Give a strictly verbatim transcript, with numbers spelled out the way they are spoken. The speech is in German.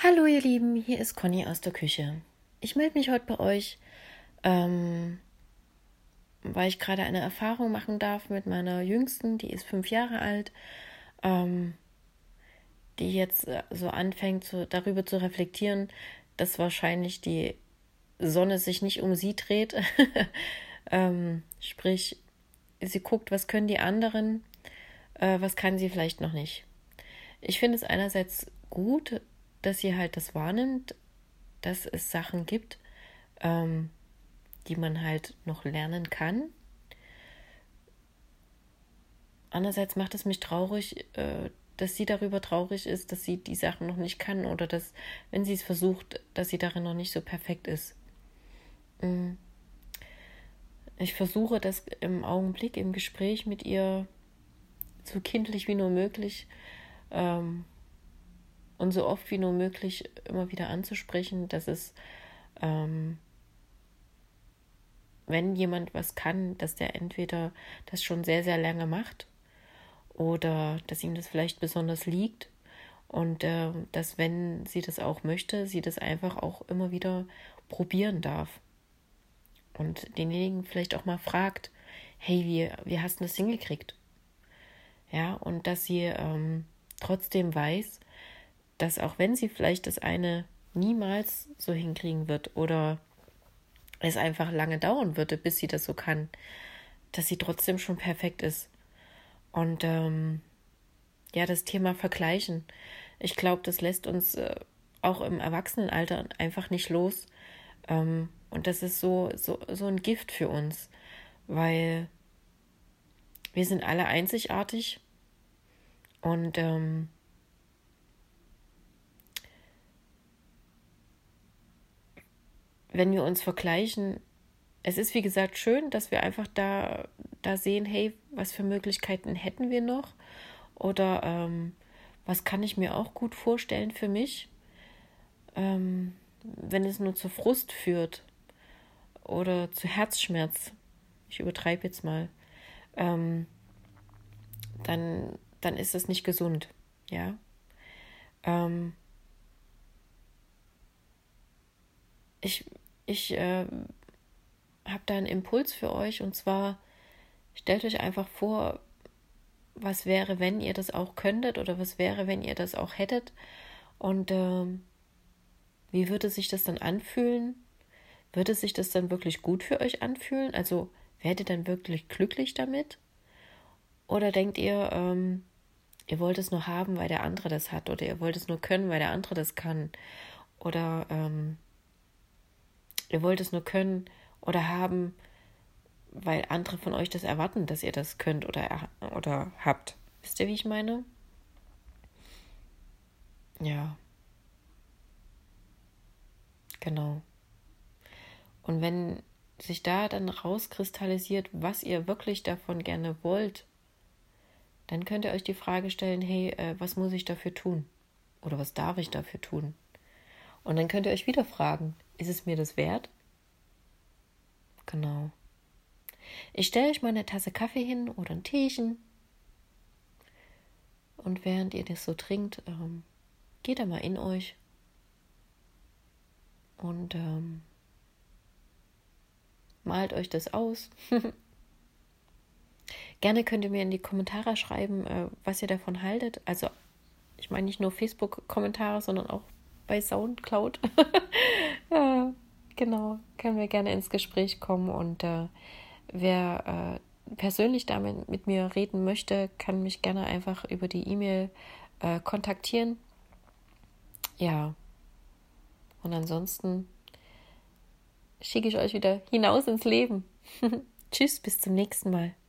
Hallo ihr Lieben, hier ist Conny aus der Küche. Ich melde mich heute bei euch, ähm, weil ich gerade eine Erfahrung machen darf mit meiner Jüngsten, die ist fünf Jahre alt, ähm, die jetzt äh, so anfängt, so darüber zu reflektieren, dass wahrscheinlich die Sonne sich nicht um sie dreht. ähm, sprich, sie guckt, was können die anderen, äh, was kann sie vielleicht noch nicht. Ich finde es einerseits gut, dass sie halt das wahrnimmt, dass es Sachen gibt, ähm, die man halt noch lernen kann. Andererseits macht es mich traurig, äh, dass sie darüber traurig ist, dass sie die Sachen noch nicht kann oder dass, wenn sie es versucht, dass sie darin noch nicht so perfekt ist. Ich versuche das im Augenblick, im Gespräch mit ihr so kindlich wie nur möglich ähm, und so oft wie nur möglich immer wieder anzusprechen, dass es, ähm, wenn jemand was kann, dass der entweder das schon sehr, sehr lange macht oder dass ihm das vielleicht besonders liegt und äh, dass, wenn sie das auch möchte, sie das einfach auch immer wieder probieren darf und denjenigen vielleicht auch mal fragt, hey, wie, wie hast du das hingekriegt? Ja, und dass sie ähm, trotzdem weiß, dass auch wenn sie vielleicht das eine niemals so hinkriegen wird oder es einfach lange dauern würde, bis sie das so kann, dass sie trotzdem schon perfekt ist. Und ähm, ja, das Thema Vergleichen. Ich glaube, das lässt uns äh, auch im Erwachsenenalter einfach nicht los. Ähm, und das ist so, so, so ein Gift für uns, weil wir sind alle einzigartig und ähm, wenn wir uns vergleichen, es ist wie gesagt schön, dass wir einfach da, da sehen, hey, was für Möglichkeiten hätten wir noch oder ähm, was kann ich mir auch gut vorstellen für mich, ähm, wenn es nur zu Frust führt oder zu Herzschmerz, ich übertreibe jetzt mal, ähm, dann, dann ist es nicht gesund, ja. Ähm, ich ich äh, habe da einen Impuls für euch und zwar stellt euch einfach vor, was wäre, wenn ihr das auch könntet oder was wäre, wenn ihr das auch hättet und ähm, wie würde sich das dann anfühlen? Würde sich das dann wirklich gut für euch anfühlen? Also werdet ihr dann wirklich glücklich damit? Oder denkt ihr, ähm, ihr wollt es nur haben, weil der andere das hat oder ihr wollt es nur können, weil der andere das kann oder ähm, ihr wollt es nur können oder haben, weil andere von euch das erwarten, dass ihr das könnt oder, oder habt. Wisst ihr, wie ich meine? Ja, genau. Und wenn sich da dann rauskristallisiert, was ihr wirklich davon gerne wollt, dann könnt ihr euch die Frage stellen, hey, äh, was muss ich dafür tun? Oder was darf ich dafür tun? Und dann könnt ihr euch wieder fragen, ist es mir das wert? Genau. Ich stelle euch mal eine Tasse Kaffee hin oder ein Teechen. Und während ihr das so trinkt, ähm, geht da mal in euch. Und ähm, malt euch das aus. Gerne könnt ihr mir in die Kommentare schreiben, äh, was ihr davon haltet. Also, ich meine nicht nur Facebook-Kommentare, sondern auch bei Soundcloud. Ja, genau, können wir gerne ins Gespräch kommen. Und äh, wer äh, persönlich damit mit mir reden möchte, kann mich gerne einfach über die E-Mail äh, kontaktieren. Ja, und ansonsten schicke ich euch wieder hinaus ins Leben. Tschüss, bis zum nächsten Mal.